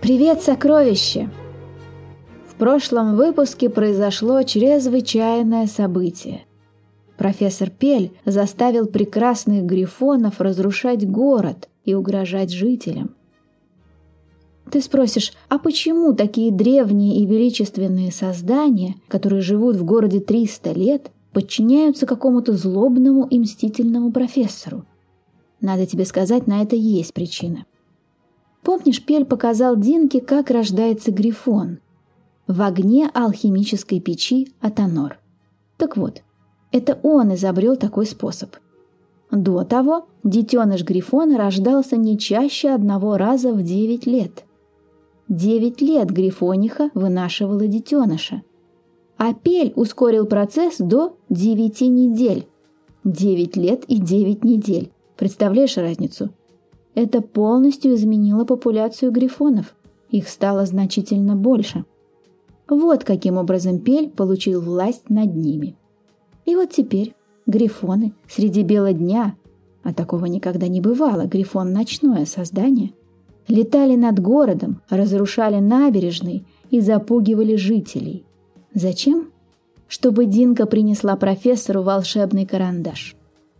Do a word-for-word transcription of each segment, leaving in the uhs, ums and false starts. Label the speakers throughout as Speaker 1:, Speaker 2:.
Speaker 1: Привет, сокровище! В прошлом выпуске произошло чрезвычайное событие. Профессор Пель заставил прекрасных грифонов разрушать город и угрожать жителям. Ты спросишь, а почему такие древние и величественные создания, которые живут в городе триста лет, подчиняются какому-то злобному и мстительному профессору? Надо тебе сказать, на это есть причина. Помнишь, Пель показал Динке, как рождается грифон? В огне алхимической печи Атонор. Так вот, это он изобрел такой способ. До того детеныш грифона рождался не чаще одного раза в девять лет. Девять лет грифониха вынашивала детеныша. А Пель ускорил процесс до девяти недель. Девять лет и девять недель. Представляешь разницу? Это полностью изменило популяцию грифонов. Их стало значительно больше. Вот каким образом Пель получил власть над ними. И вот теперь грифоны среди бела дня, а такого никогда не бывало, грифон – ночное создание, летали над городом, разрушали набережные и запугивали жителей. Зачем? Чтобы Динка принесла профессору волшебный карандаш.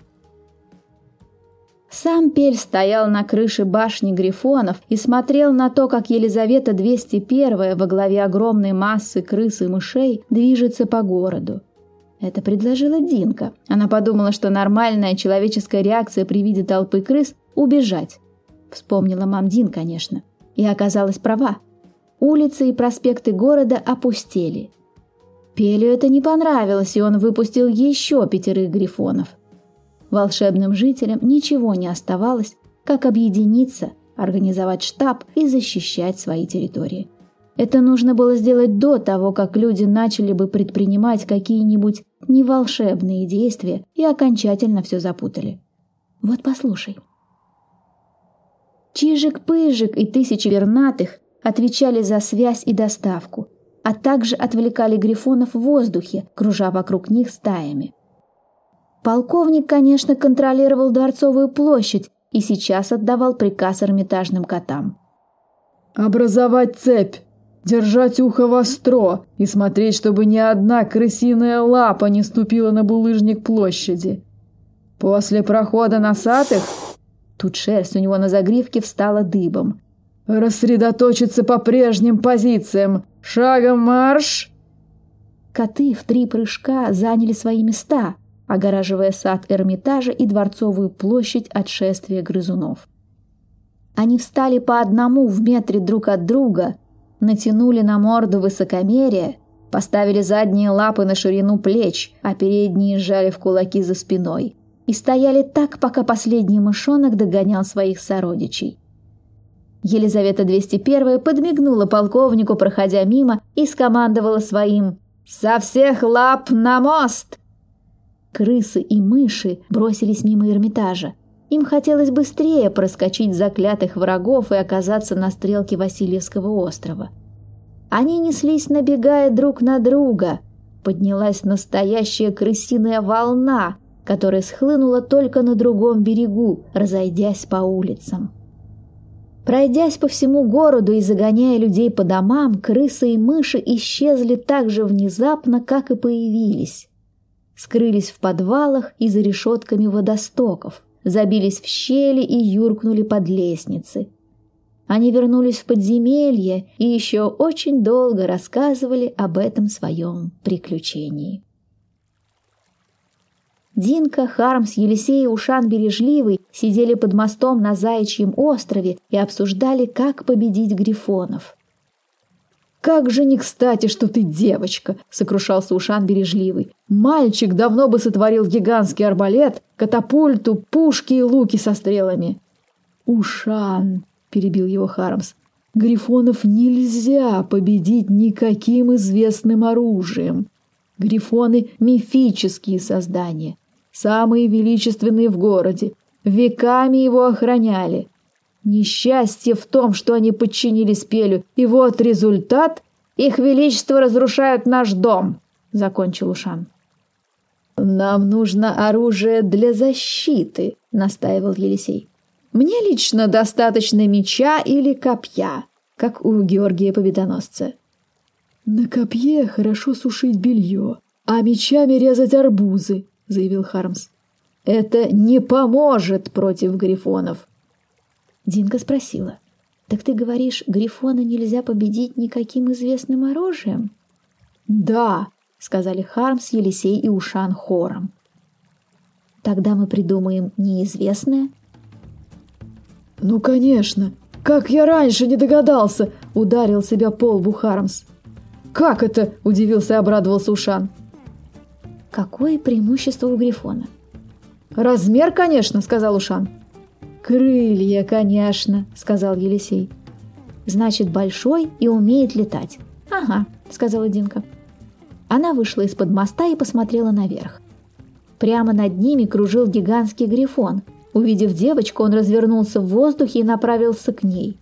Speaker 1: Сам Пель стоял на крыше башни грифонов и смотрел на то, как Елизавета двести первая во главе огромной массы крыс и мышей движется по городу. Это предложила Динка. Она подумала, что нормальная человеческая реакция при виде толпы крыс – убежать. Вспомнила мам Дин, конечно. И оказалась права. Улицы и проспекты города опустели. Пелю это не понравилось, и он выпустил еще пятерых грифонов. Волшебным жителям ничего не оставалось, как объединиться, организовать штаб и защищать свои территории. Это нужно было сделать до того, как люди начали бы предпринимать какие-нибудь неволшебные действия и окончательно все запутали. Вот послушай. Чижик-пыжик и тысячи пернатых отвечали за связь и доставку, а также отвлекали грифонов в воздухе, кружа вокруг них стаями. Полковник, конечно, контролировал Дворцовую площадь и сейчас отдавал приказ эрмитажным котам.
Speaker 2: «Образовать цепь, держать ухо востро и смотреть, чтобы ни одна крысиная лапа не ступила на булыжник площади. После прохода носатых...» Тут шерсть у него на загривке встала дыбом. «Рассредоточиться по прежним позициям. Шагом марш!»
Speaker 1: Коты в три прыжка заняли свои места, огораживая сад Эрмитажа и Дворцовую площадь от шествия грызунов. Они встали по одному в метре друг от друга, натянули на морду высокомерие, поставили задние лапы на ширину плеч, а передние сжали в кулаки за спиной, и стояли так, пока последний мышонок догонял своих сородичей. Елизавета двести первая подмигнула полковнику, проходя мимо, и скомандовала своим «Со всех лап на мост!». Крысы и мыши бросились мимо Эрмитажа. Им хотелось быстрее проскочить заклятых врагов и оказаться на стрелке Васильевского острова. Они неслись, набегая друг на друга. Поднялась настоящая крысиная волна, которая схлынула только на другом берегу, разойдясь по улицам. Пройдясь по всему городу и загоняя людей по домам, крысы и мыши исчезли так же внезапно, как и появились. Скрылись в подвалах и за решетками водостоков, забились в щели и юркнули под лестницы. Они вернулись в подземелье и еще очень долго рассказывали об этом своем приключении. Динка, Хармс, Елисей и Ушан Бережливый сидели под мостом на Заячьем острове и обсуждали, как победить грифонов.
Speaker 2: «Как же не кстати, что ты девочка!» — сокрушался Ушан Бережливый. «Мальчик давно бы сотворил гигантский арбалет, катапульту, пушки и луки со стрелами». «Ушан!» — перебил его Хармс. «Грифонов нельзя победить никаким известным оружием. Грифоны — мифические создания, самые величественные в городе, веками его охраняли. Несчастье в том, что они подчинились Пелю, и вот результат — их величество разрушают наш дом», — закончил Ушан. «Нам нужно оружие для защиты», — настаивал Елисей. «Мне лично достаточно меча или копья. как у Георгия Победоносца. «На копье хорошо сушить белье, а мечами резать арбузы», — заявил Хармс. «Это не поможет против грифонов».
Speaker 1: Динка спросила: «Так ты говоришь, грифона нельзя победить никаким известным оружием?»
Speaker 2: «Да», — сказали Хармс, Елисей и Ушан хором.
Speaker 1: «Тогда мы придумаем неизвестное?»
Speaker 2: «Ну, конечно! Как я раньше не догадался!» — ударил себя по лбу Хармс. «Как это?» — удивился и обрадовался Ушан.
Speaker 1: «Какое преимущество у грифона?»
Speaker 2: «Размер, конечно», — сказал Ушан.
Speaker 1: «Крылья, конечно», — сказал Елисей. «Значит, большой и умеет летать». «Ага», — сказала Динка. Она вышла из-под моста и посмотрела наверх. Прямо над ними кружил гигантский грифон. Увидев девочку, он развернулся в воздухе и направился к ней.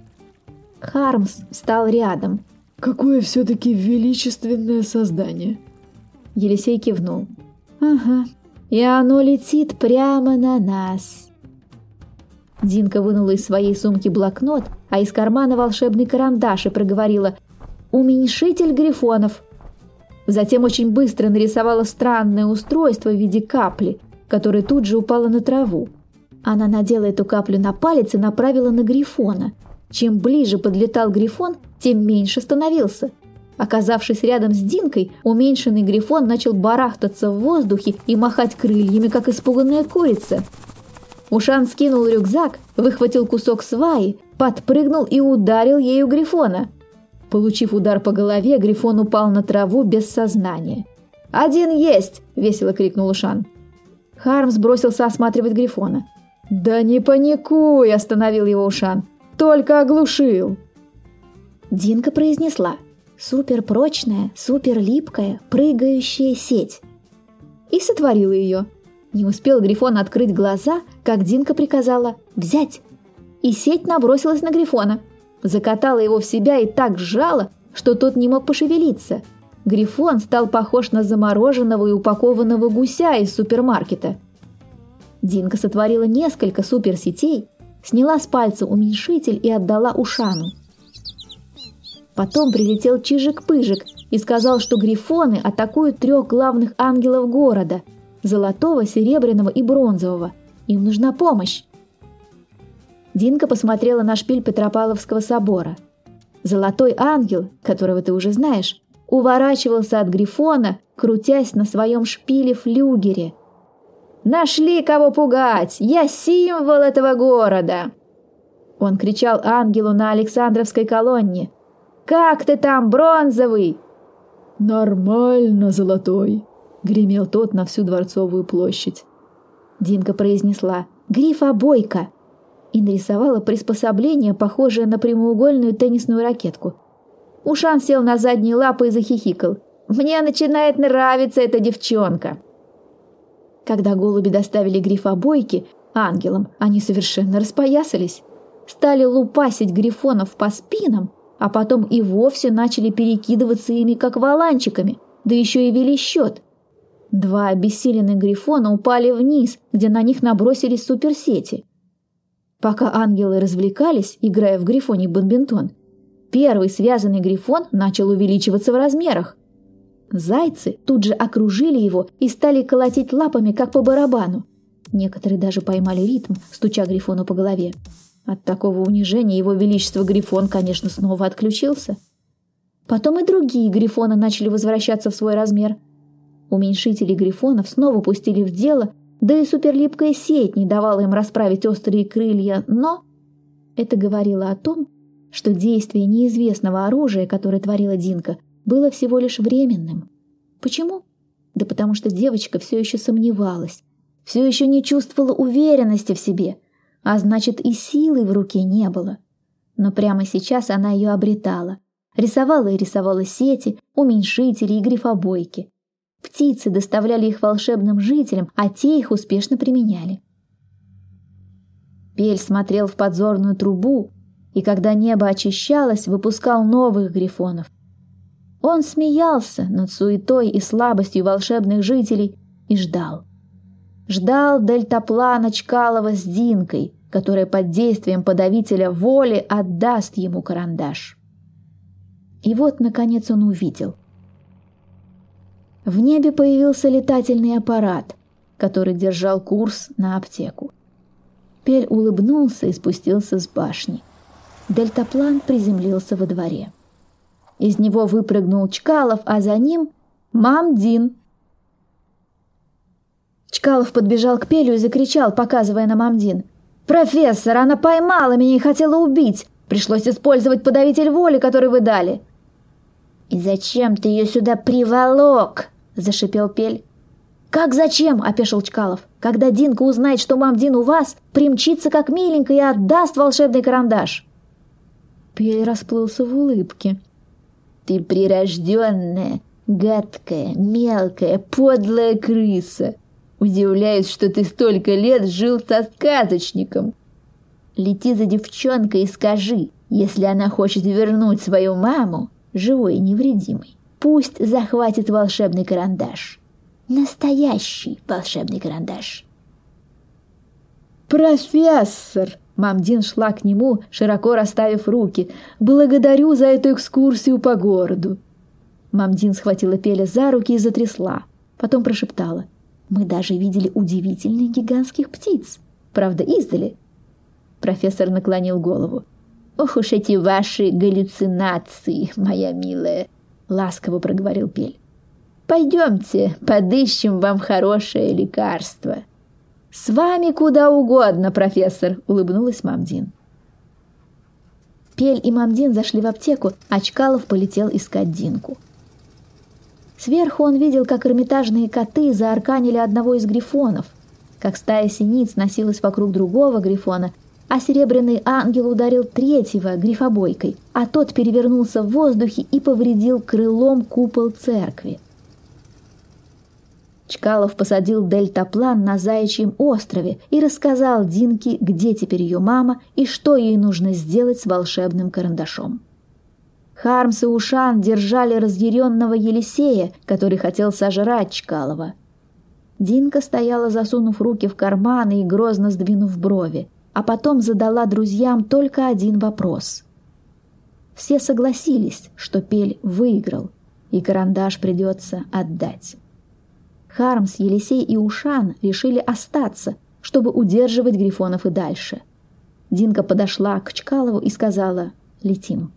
Speaker 1: Хармс встал рядом.
Speaker 2: «Какое все-таки величественное создание!»
Speaker 1: Елисей кивнул. «Ага, и оно летит прямо на нас». Динка вынула из своей сумки блокнот, а из кармана волшебный карандаш и проговорила: «Уменьшитель грифонов». Затем очень быстро нарисовала странное устройство в виде капли, которая тут же упала на траву. Она надела эту каплю на палец и направила на грифона. Чем ближе подлетал грифон, тем меньше становился. Оказавшись рядом с Динкой, уменьшенный грифон начал барахтаться в воздухе и махать крыльями, как испуганная курица. Ушан скинул рюкзак, выхватил кусок сваи, подпрыгнул и ударил ею грифона. Получив удар по голове, грифон упал на траву без сознания. «Один есть!» – весело крикнул Ушан. Хармс бросился осматривать грифона. «Да не паникуй!» – остановил его Ушан. «Только оглушил!» Динка произнесла: «Суперпрочная, суперлипкая, прыгающая сеть». И сотворила ее. Не успел грифон открыть глаза, как Динка приказала «взять». И сеть набросилась на грифона. Закатала его в себя и так сжала, что тот не мог пошевелиться. Грифон стал похож на замороженного и упакованного гуся из супермаркета. Динка сотворила несколько суперсетей, сняла с пальца уменьшитель и отдала Ушану. Потом прилетел Чижик-Пыжик и сказал, что грифоны атакуют трех главных ангелов города – золотого, серебряного и бронзового. Им нужна помощь. Динка посмотрела на шпиль Петропавловского собора. Золотой ангел, которого ты уже знаешь, уворачивался от грифона, крутясь на своем шпиле-флюгере. «Нашли кого пугать! Я символ этого города!» Он кричал ангелу на Александровской колонне. «Как ты там, бронзовый?»
Speaker 2: «Нормально, золотой!» — гремел тот на всю Дворцовую площадь.
Speaker 1: Динка произнесла «Грифобойка» и нарисовала приспособление, похожее на прямоугольную теннисную ракетку. Ушан сел на задние лапы и захихикал. «Мне начинает нравиться эта девчонка!» Когда голуби доставили грифобойки ангелам, они совершенно распоясались. Стали лупасить грифонов по спинам, а потом и вовсе начали перекидываться ими, как валанчиками, да еще и вели счет. Два обессиленных грифона упали вниз, где на них набросились суперсети. Пока ангелы развлекались, играя в грифоний бадминтон, первый связанный грифон начал увеличиваться в размерах. Зайцы тут же окружили его и стали колотить лапами, как по барабану. Некоторые даже поймали ритм, стуча грифону по голове. От такого унижения его величество грифон, конечно, снова отключился. Потом и другие грифоны начали возвращаться в свой размер. Уменьшители грифонов снова пустили в дело, да и суперлипкая сеть не давала им расправить острые крылья, но это говорило о том, что действие неизвестного оружия, которое творила Динка, было всего лишь временным. Почему? Да потому что девочка все еще сомневалась, все еще не чувствовала уверенности в себе, а значит и силы в руке не было. Но прямо сейчас она ее обретала. Рисовала и рисовала сети, уменьшители и грифобойки. Птицы доставляли их волшебным жителям, а те их успешно применяли. Пель смотрел в подзорную трубу, и когда небо очищалось, выпускал новых грифонов. Он смеялся над суетой и слабостью волшебных жителей и ждал. Ждал дельтаплана Чкалова с Динкой, которая под действием подавителя воли отдаст ему карандаш. И вот, наконец, он увидел. В небе появился летательный аппарат, который держал курс на аптеку. Пель улыбнулся и спустился с башни. Дельтаплан приземлился во дворе. Из него выпрыгнул Чкалов, а за ним Мамдин. Чкалов подбежал к Пелю и закричал, показывая на Мамдин: «Профессор, она поймала меня и хотела убить! Пришлось использовать подавитель воли, который вы дали!» «И зачем ты ее сюда приволок?» – зашипел Пель. «Как зачем?» – опешил Чкалов. «Когда Динка узнает, что Мамдин у вас, примчится как миленькая и отдаст волшебный карандаш!» Пель расплылся в улыбке. «Ты прирожденная, гадкая, мелкая, подлая крыса! Удивляюсь, что ты столько лет жил со сказочником. Лети за девчонкой и скажи, если она хочет вернуть свою маму, живой и невредимой, пусть захватит волшебный карандаш. Настоящий волшебный карандаш».
Speaker 2: «Профессор!» Мамдин шла к нему, широко расставив руки. «Благодарю за эту экскурсию по городу». Мамдин схватила Пеля за руки и затрясла. Потом прошептала: «Мы даже видели удивительных гигантских птиц. Правда, издали». Профессор наклонил голову. «Ох уж эти ваши галлюцинации, моя милая!» — ласково проговорил Пель. «Пойдемте, подыщем вам хорошее лекарство». «С вами куда угодно, профессор!» — улыбнулась Мамдин. Пель и Мамдин зашли в аптеку, а Чкалов полетел искать Динку. Сверху он видел, как эрмитажные коты заарканили одного из грифонов, как стая синиц носилась вокруг другого грифона, а серебряный ангел ударил третьего грифобойкой, а тот перевернулся в воздухе и повредил крылом купол церкви. Чкалов посадил дельтаплан на Заячьем острове и рассказал Динке, где теперь ее мама и что ей нужно сделать с волшебным карандашом. Хармс и Ушан держали разъяренного Елисея, который хотел сожрать Чкалова. Динка стояла, засунув руки в карманы и грозно сдвинув брови, а потом задала друзьям только один вопрос. Все согласились, что Пель выиграл, и карандаш придется отдать. Хармс, Елисей и Ушан решили остаться, чтобы удерживать грифонов и дальше. Динка подошла к Чкалову и сказала: «Летим».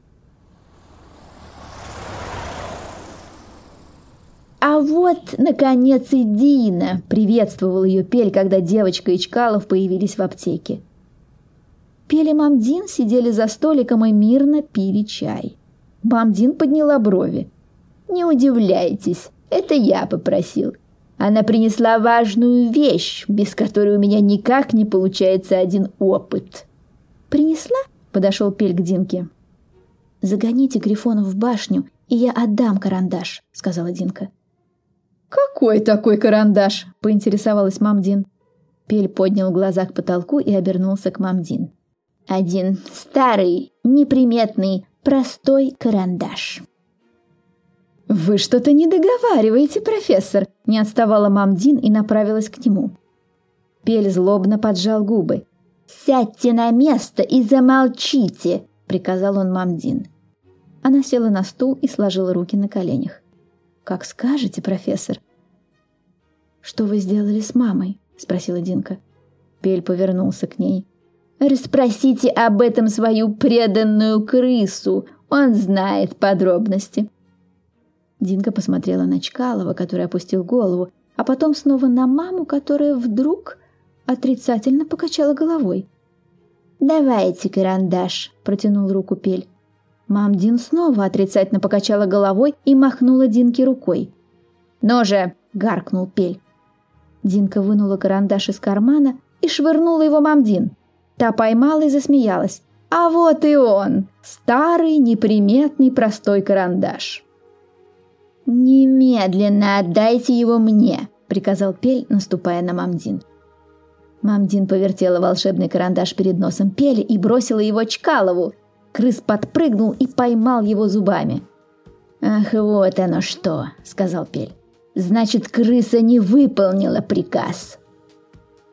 Speaker 2: «А вот, наконец, и Дина!» — приветствовал ее Пель, когда девочка и Чкалов появились в аптеке. Пель и Мамдин сидели за столиком и мирно пили чай. Мамдин подняла брови. «Не удивляйтесь, это я попросил. Она принесла важную вещь, без которой у меня никак не получается один опыт». «Принесла?» — подошел Пель к Динке. «Загоните грифонов в башню, и я отдам карандаш», — сказала Динка. «Какой такой карандаш?» — поинтересовалась Мамдин. Пель поднял глаза к потолку и обернулся к Мамдин.
Speaker 1: «Один старый, неприметный, простой карандаш».
Speaker 2: «Вы что-то не договариваете, профессор!» — не отставала Мамдин и направилась к нему. Пель злобно поджал губы.
Speaker 1: «Сядьте на место и замолчите!» — приказал он Мамдин.
Speaker 2: Она села на стул и сложила руки на коленях. «Как скажете, профессор». «Что вы сделали с мамой?» — спросила Динка. Пель повернулся к ней.
Speaker 1: «Расспросите об этом свою преданную крысу, он знает подробности».
Speaker 2: Динка посмотрела на Чкалова, который опустил голову, а потом снова на маму, которая вдруг отрицательно покачала головой.
Speaker 1: «Давайте карандаш», — протянул руку Пель.
Speaker 2: Мамдин снова отрицательно покачала головой и махнула Динке рукой.
Speaker 1: «Ну же!» —
Speaker 2: гаркнул Пель. Динка вынула карандаш из кармана и швырнула его Мамдин. Та поймала и засмеялась. «А вот и он! Старый, неприметный, простой карандаш!»
Speaker 1: «Немедленно отдайте его мне!» — приказал Пель, наступая на Мамдин.
Speaker 2: Мамдин повертела волшебный карандаш перед носом Пеля и бросила его Чкалову. Крыс подпрыгнул и поймал его зубами.
Speaker 1: «Ах, вот оно что!» — сказал Пель. «Значит, крыса не выполнила приказ».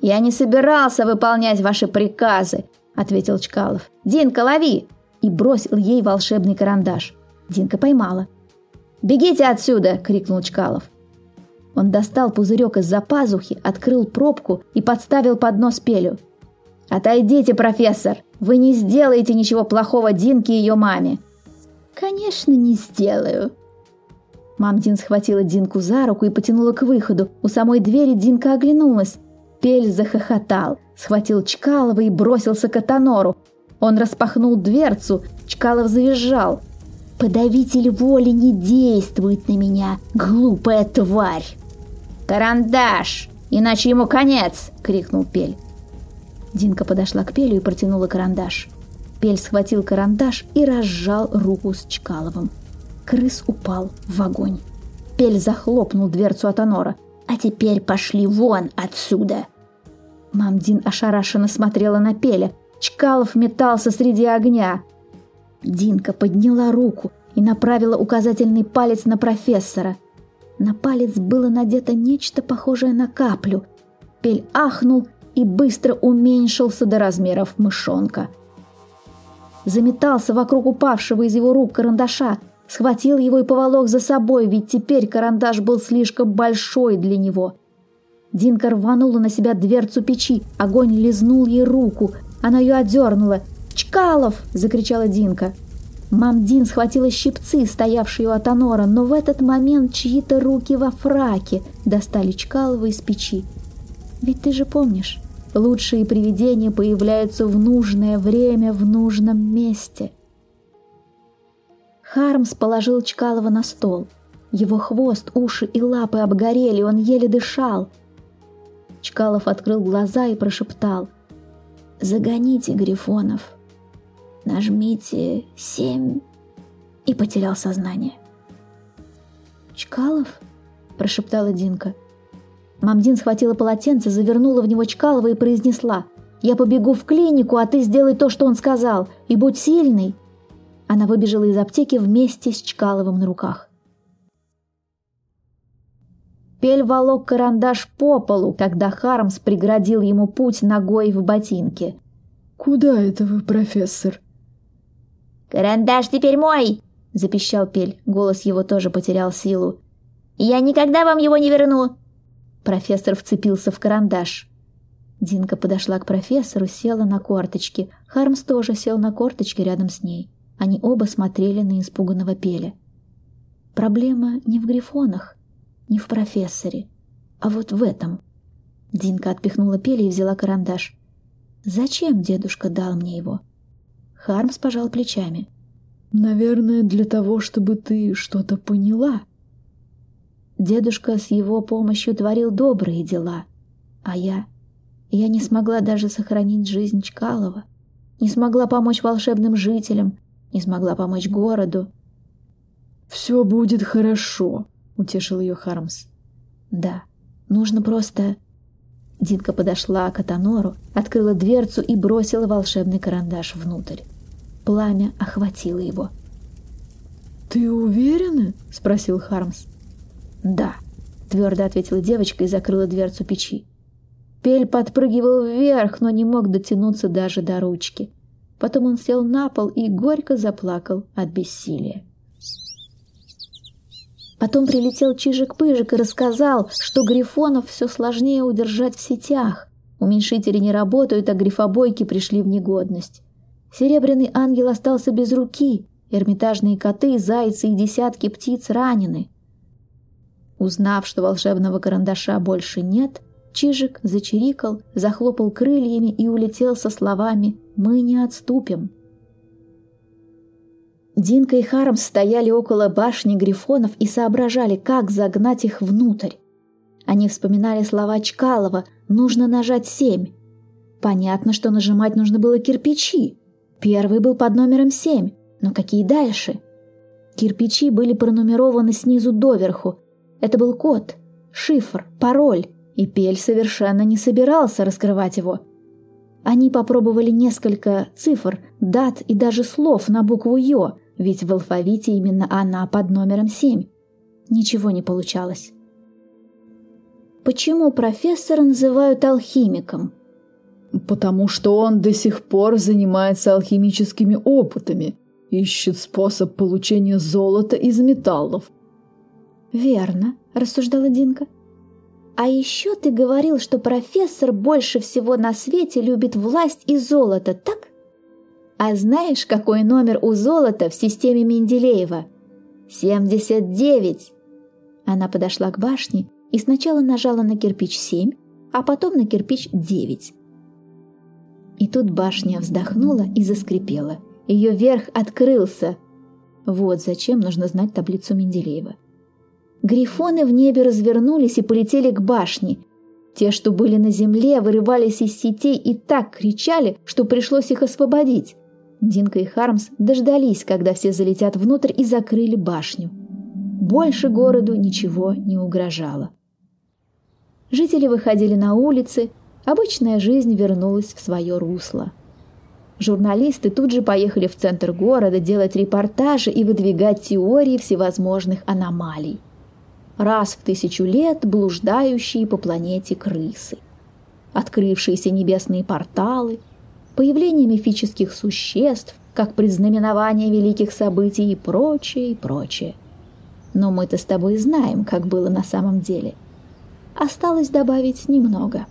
Speaker 1: «Я не собирался выполнять ваши приказы», – ответил Чкалов. «Динка, лови!» И бросил ей волшебный карандаш. Динка поймала. «Бегите отсюда!» – крикнул Чкалов. Он достал пузырек из-за пазухи, открыл пробку и подставил под нос Пелю. «Отойдите, профессор! Вы не сделаете ничего плохого Динке и ее маме!» «Конечно, не сделаю!» Мам Дин схватила Динку за руку и потянула к выходу. У самой двери Динка оглянулась. Пель захохотал, схватил Чкалова и бросился к Атонору. Он распахнул дверцу, Чкалов завизжал. «Подавитель воли не действует на меня, глупая тварь!» «Карандаш! Иначе ему конец!» — крикнул Пель. Динка подошла к Пелю и протянула карандаш. Пель схватил карандаш и разжал руку с Чкаловым. Крыс упал в огонь. Пель захлопнул дверцу Атонора. «А теперь пошли вон отсюда!» Мам Дин ошарашенно смотрела на Пеля. Чкалов метался среди огня. Динка подняла руку и направила указательный палец на профессора. На палец было надето нечто похожее на каплю. Пель ахнул и быстро уменьшился до размеров мышонка. Заметался вокруг упавшего из его рук карандаша, схватил его и поволок за собой, ведь теперь карандаш был слишком большой для него. Динка рванула на себя дверцу печи, огонь лизнул ей руку, она ее отдернула. «Чкалов!» – закричала Динка. Мам Дин схватила щипцы, стоявшие у Атонора, но в этот момент чьи-то руки во фраке достали Чкалова из печи. Ведь ты же помнишь, лучшие привидения появляются в нужное время в нужном месте. Хармс положил Чкалова на стол. Его хвост, уши и лапы обгорели, он еле дышал. Чкалов открыл глаза и прошептал: «Загоните грифонов, нажмите семь», и потерял сознание. «Чкалов?» – прошептала Динка. Мам Дин схватила полотенце, завернула в него Чкалова и произнесла: «Я побегу в клинику, а ты сделай то, что он сказал, и будь сильный». Она выбежала из аптеки вместе с Чкаловым на руках. Пель волок карандаш по полу, когда Хармс преградил ему путь ногой в ботинке.
Speaker 2: «Куда это вы, профессор?»
Speaker 1: «Карандаш теперь мой!» – запищал Пель. Голос его тоже потерял силу. «Я никогда вам его не верну!» Профессор вцепился в карандаш. Динка подошла к профессору, села на корточки. Хармс тоже сел на корточки рядом с ней. Они оба смотрели на испуганного Пеля. Проблема не в грифонах, не в профессоре, а вот в этом. Динка отпихнула Пеля и взяла карандаш. «Зачем дедушка дал мне его?» Хармс пожал плечами.
Speaker 2: «Наверное, для того, чтобы ты что-то поняла».
Speaker 1: Дедушка с его помощью творил добрые дела, а я... Я не смогла даже сохранить жизнь Чкалова, не смогла помочь волшебным жителям, не смогла помочь городу.
Speaker 2: «Все будет хорошо», — утешил ее Хармс.
Speaker 1: «Да, нужно просто...» Динка подошла к Атонору, открыла дверцу и бросила волшебный карандаш внутрь. Пламя охватило его.
Speaker 2: «Ты уверена?» — спросил Хармс.
Speaker 1: «Да», — твердо ответила девочка и закрыла дверцу печи. Пель подпрыгивал вверх, но не мог дотянуться даже до ручки. Потом он сел на пол и горько заплакал от бессилия. Потом прилетел Чижик-Пыжик и рассказал, что грифонов все сложнее удержать в сетях. Уменьшители не работают, а грифобойки пришли в негодность. Серебряный ангел остался без руки, эрмитажные коты, зайцы и десятки птиц ранены. Узнав, что волшебного карандаша больше нет, Чижик зачирикал, захлопал крыльями и улетел со словами «Мы не отступим». Динка и Хармс стояли около башни грифонов и соображали, как загнать их внутрь. Они вспоминали слова Чкалова «нужно нажать семь». Понятно, что нажимать нужно было кирпичи. Первый был под номером семь, но какие дальше? Кирпичи были пронумерованы снизу доверху. Это был код, шифр, пароль, и Пель совершенно не собирался раскрывать его. Они попробовали несколько цифр, дат и даже слов на букву «Ё», ведь в алфавите именно она под номером семь. Ничего не получалось. Почему профессора называют алхимиком?
Speaker 2: Потому что он до сих пор занимается алхимическими опытами, ищет способ получения золота из металлов.
Speaker 1: Верно, рассуждала Динка. А еще ты говорил, что профессор больше всего на свете любит власть и золото, так? А знаешь, какой номер у золота в системе Менделеева? семьдесят девять. Она подошла к башне и сначала нажала на кирпич семь, а потом на кирпич девять. И тут башня вздохнула и заскрипела. Ее верх открылся. Вот зачем нужно знать таблицу Менделеева. Грифоны в небе развернулись и полетели к башне. Те, что были на земле, вырывались из сетей и так кричали, что пришлось их освободить. Динка и Хармс дождались, когда все залетят внутрь, и закрыли башню. Больше городу ничего не угрожало. Жители выходили на улицы, обычная жизнь вернулась в свое русло. Журналисты тут же поехали в центр города делать репортажи и выдвигать теории всевозможных аномалий. Раз в тысячу лет блуждающие по планете крысы, открывшиеся небесные порталы, появление мифических существ, как предзнаменование великих событий и прочее, и прочее. Но мы-то с тобой знаем, как было на самом деле. Осталось добавить немного.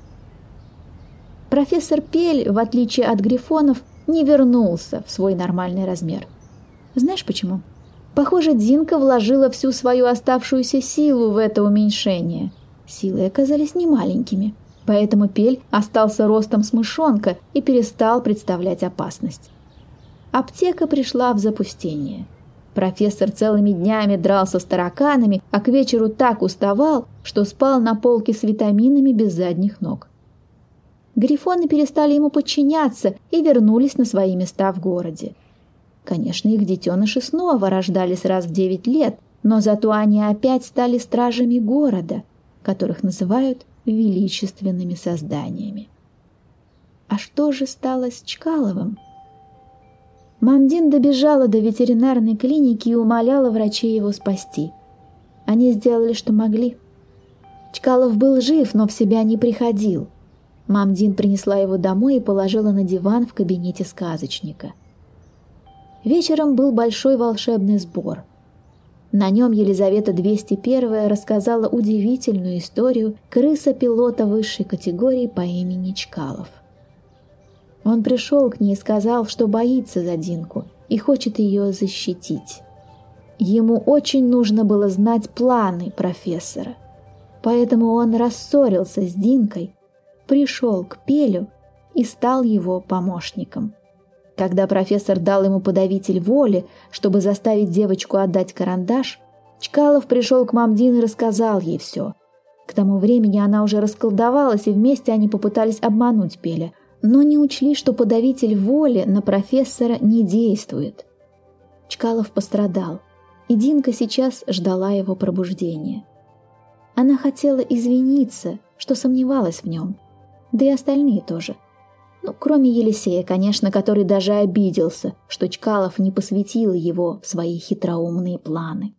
Speaker 1: Профессор Пель, в отличие от грифонов, не вернулся в свой нормальный размер. Знаешь почему? Похоже, Динка вложила всю свою оставшуюся силу в это уменьшение. Силы оказались немаленькими, поэтому Пель остался ростом с мышонка и перестал представлять опасность. Аптека пришла в запустение. Профессор целыми днями дрался с тараканами, а к вечеру так уставал, что спал на полке с витаминами без задних ног. Грифоны перестали ему подчиняться и вернулись на свои места в городе. Конечно, их детеныши снова рождались раз в девять лет, но зато они опять стали стражами города, которых называют величественными созданиями. А что же стало с Чкаловым? Мамдин добежала до ветеринарной клиники и умоляла врачей его спасти. Они сделали, что могли. Чкалов был жив, но в себя не приходил. Мамдин принесла его домой и положила на диван в кабинете сказочника. Вечером был большой волшебный сбор. На нем Елизавета двести первая рассказала удивительную историю крыса-пилота высшей категории по имени Чкалов. Он пришел к ней и сказал, что боится за Динку и хочет ее защитить. Ему очень нужно было знать планы профессора, поэтому он рассорился с Динкой, пришел к Пелю и стал его помощником. Когда профессор дал ему подавитель воли, чтобы заставить девочку отдать карандаш, Чкалов пришел к Мамдин и рассказал ей все. К тому времени она уже расколдовалась, и вместе они попытались обмануть Пеля, но не учли, что подавитель воли на профессора не действует. Чкалов пострадал, и Динка сейчас ждала его пробуждения. Она хотела извиниться, что сомневалась в нем, да и остальные тоже. Ну, кроме Елисея, конечно, который даже обиделся, что Чкалов не посвятил его в свои хитроумные планы.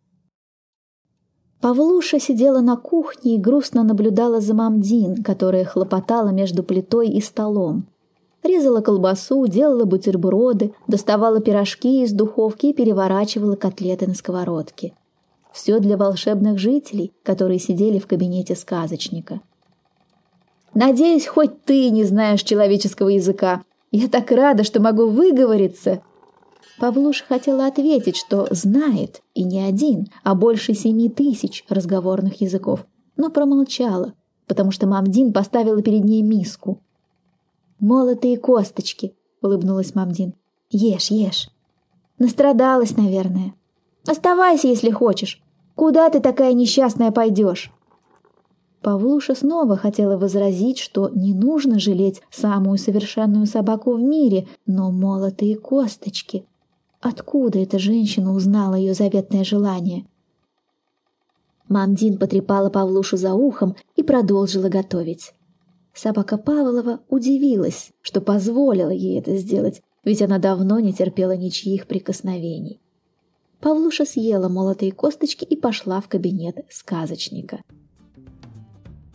Speaker 1: Павлуша сидела на кухне и грустно наблюдала за Мамдин, которая хлопотала между плитой и столом. Резала колбасу, делала бутерброды, доставала пирожки из духовки и переворачивала котлеты на сковородке. Все для волшебных жителей, которые сидели в кабинете сказочника. «Надеюсь, хоть ты не знаешь человеческого языка. Я так рада, что могу выговориться!» Павлуша хотела ответить, что знает и не один, а больше семи тысяч разговорных языков, но промолчала, потому что Мамдин поставила перед ней миску. «Молотые косточки», — улыбнулась Мамдин. «Ешь, ешь. Настрадалась, наверное. Оставайся, если хочешь. Куда ты такая несчастная пойдешь?» Павлуша снова хотела возразить, что не нужно жалеть самую совершенную собаку в мире, но молотые косточки. Откуда эта женщина узнала ее заветное желание? Мамдин потрепала Павлушу за ухом и продолжила готовить. Собака Павлова удивилась, что позволила ей это сделать, ведь она давно не терпела ничьих прикосновений. Павлуша съела молотые косточки и пошла в кабинет сказочника.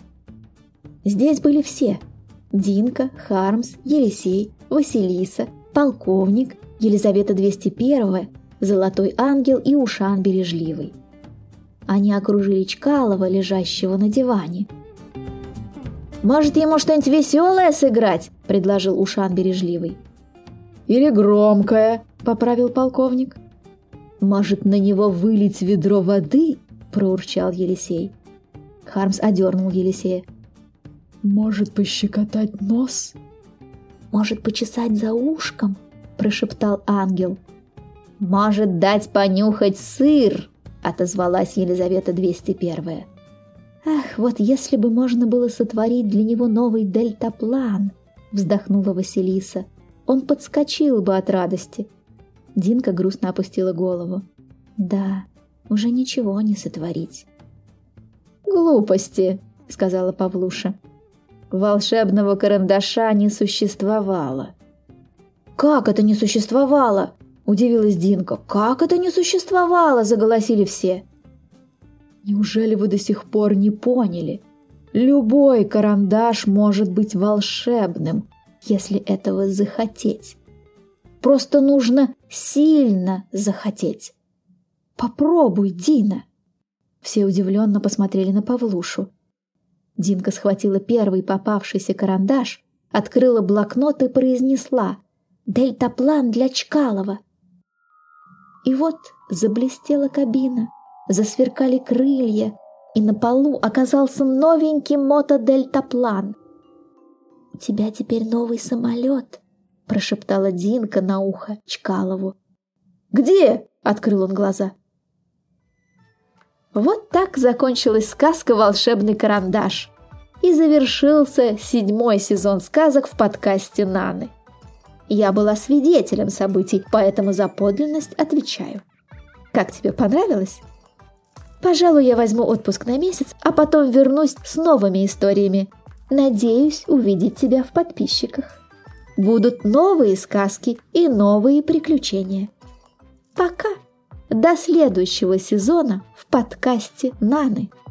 Speaker 1: Здесь были все: Динка, Хармс, Елисей, Василиса, полковник, Елизавета двести первая, Золотой ангел и Ушан Бережливый. Они окружили Чкалова, лежащего на диване. «Может, ему что-нибудь веселое сыграть?» – предложил Ушан Бережливый.
Speaker 2: «Или громкое», – поправил полковник.
Speaker 1: «Может, на него вылить ведро воды?» – проурчал Елисей. Хармс одернул Елисея.
Speaker 2: «Может, пощекотать нос?»
Speaker 1: «Может, почесать за ушком?» – прошептал ангел. «Может, дать понюхать сыр?» – отозвалась Елизавета двести первая. «Ах, вот если бы можно было сотворить для него новый дельтаплан!» – вздохнула Василиса. «Он подскочил бы от радости». Динка грустно опустила голову. «Да, уже ничего не сотворить». «Глупости!» – сказала Павлуша. «Волшебного карандаша не существовало». «Как это не существовало?» – удивилась Динка. «Как это не существовало?» – заголосили все.
Speaker 2: «Неужели вы до сих пор не поняли? Любой карандаш может быть волшебным, если этого захотеть. Просто нужно сильно захотеть. Попробуй, Дина!» Все удивленно посмотрели на Павлушу. Динка схватила первый попавшийся карандаш, открыла блокнот и произнесла: «Дельтаплан для Чкалова». И вот заблестела кабина, засверкали крылья, и на полу оказался новенький мотодельтаплан. «У тебя теперь новый самолет», – прошептала Динка на ухо Чкалову. «Где?» – открыл он глаза. Вот так закончилась сказка «Волшебный карандаш», и завершился седьмой сезон сказок в подкасте Наны. Я была свидетелем событий, поэтому за подлинность отвечаю. Как тебе, понравилось? Пожалуй, я возьму отпуск на месяц, а потом вернусь с новыми историями. Надеюсь увидеть тебя в подписчиках. Будут новые сказки и новые приключения. Пока! До следующего сезона в подкасте Наны.